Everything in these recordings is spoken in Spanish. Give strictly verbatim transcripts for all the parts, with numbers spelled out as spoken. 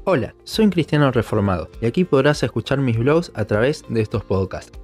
Hola, soy un cristiano reformado y aquí podrás escuchar mis blogs a través de estos podcasts.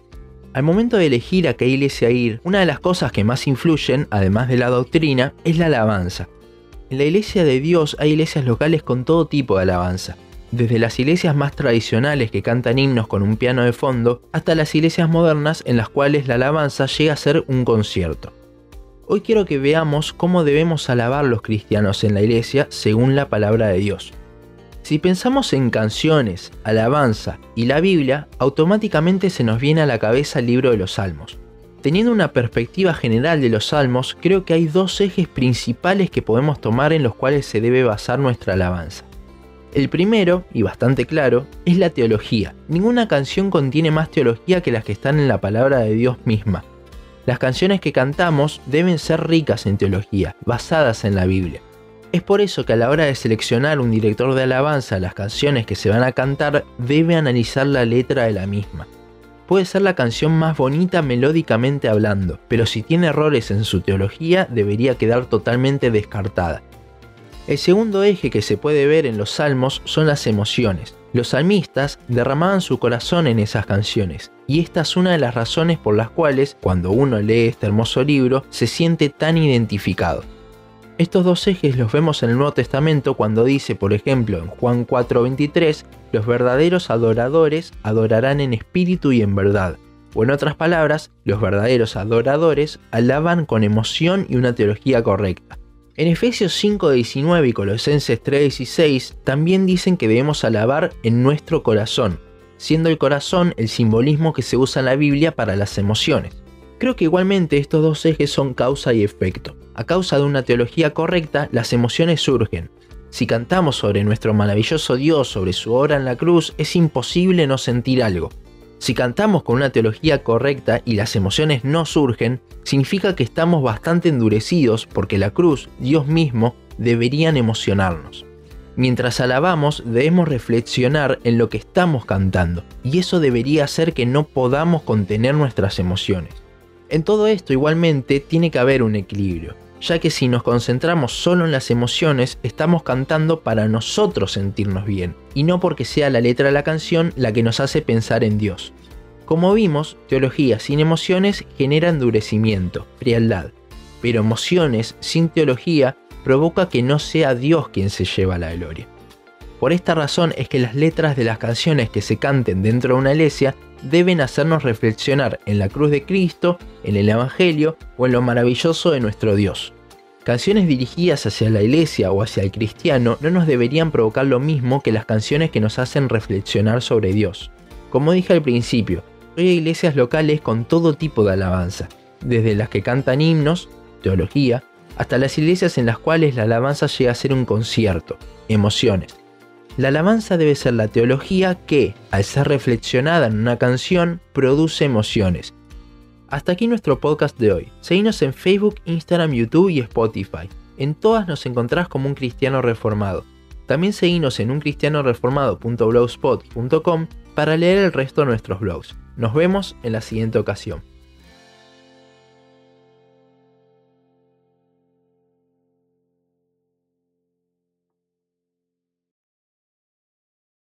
Al momento de elegir a qué iglesia ir, una de las cosas que más influyen, además de la doctrina, es la alabanza. En la iglesia de Dios hay iglesias locales con todo tipo de alabanza, desde las iglesias más tradicionales que cantan himnos con un piano de fondo, hasta las iglesias modernas en las cuales la alabanza llega a ser un concierto. Hoy quiero que veamos cómo debemos alabar los cristianos en la iglesia según la palabra de Dios. Si pensamos en canciones, alabanza y la Biblia, automáticamente se nos viene a la cabeza el libro de los Salmos. Teniendo una perspectiva general de los Salmos, creo que hay dos ejes principales que podemos tomar en los cuales se debe basar nuestra alabanza. El primero, y bastante claro, es la teología. Ninguna canción contiene más teología que las que están en la palabra de Dios misma. Las canciones que cantamos deben ser ricas en teología, basadas en la Biblia. Es por eso que a la hora de seleccionar un director de alabanza las canciones que se van a cantar, debe analizar la letra de la misma. Puede ser la canción más bonita melódicamente hablando, pero si tiene errores en su teología, debería quedar totalmente descartada. El segundo eje que se puede ver en los salmos son las emociones. Los salmistas derramaban su corazón en esas canciones, y esta es una de las razones por las cuales, cuando uno lee este hermoso libro, se siente tan identificado. Estos dos ejes los vemos en el Nuevo Testamento cuando dice, por ejemplo, en Juan cuatro veintitrés, los verdaderos adoradores adorarán en espíritu y en verdad. O en otras palabras, los verdaderos adoradores alaban con emoción y una teología correcta. En Efesios cinco diecinueve y Colosenses tres dieciséis también dicen que debemos alabar en nuestro corazón, siendo el corazón el simbolismo que se usa en la Biblia para las emociones. Creo que igualmente estos dos ejes son causa y efecto. A causa de una teología correcta, las emociones surgen. Si cantamos sobre nuestro maravilloso Dios, sobre su obra en la cruz, es imposible no sentir algo. Si cantamos con una teología correcta y las emociones no surgen, significa que estamos bastante endurecidos porque la cruz, Dios mismo, deberían emocionarnos. Mientras alabamos, debemos reflexionar en lo que estamos cantando, y eso debería hacer que no podamos contener nuestras emociones. En todo esto igualmente tiene que haber un equilibrio, ya que si nos concentramos solo en las emociones, estamos cantando para nosotros sentirnos bien, y no porque sea la letra de la canción la que nos hace pensar en Dios. Como vimos, teología sin emociones genera endurecimiento, frialdad, pero emociones sin teología provoca que no sea Dios quien se lleva la gloria. Por esta razón es que las letras de las canciones que se canten dentro de una iglesia deben hacernos reflexionar en la cruz de Cristo, en el Evangelio o en lo maravilloso de nuestro Dios. Canciones dirigidas hacia la iglesia o hacia el cristiano no nos deberían provocar lo mismo que las canciones que nos hacen reflexionar sobre Dios. Como dije al principio, hoy hay iglesias locales con todo tipo de alabanza, desde las que cantan himnos, teología, hasta las iglesias en las cuales la alabanza llega a ser un concierto, emociones. La alabanza debe ser la teología que, al ser reflexionada en una canción, produce emociones. Hasta aquí nuestro podcast de hoy. Seguinos en Facebook, Instagram, YouTube y Spotify. En todas nos encontrás como un cristiano reformado. También seguinos en un cristiano reformado punto blogspot punto com para leer el resto de nuestros blogs. Nos vemos en la siguiente ocasión.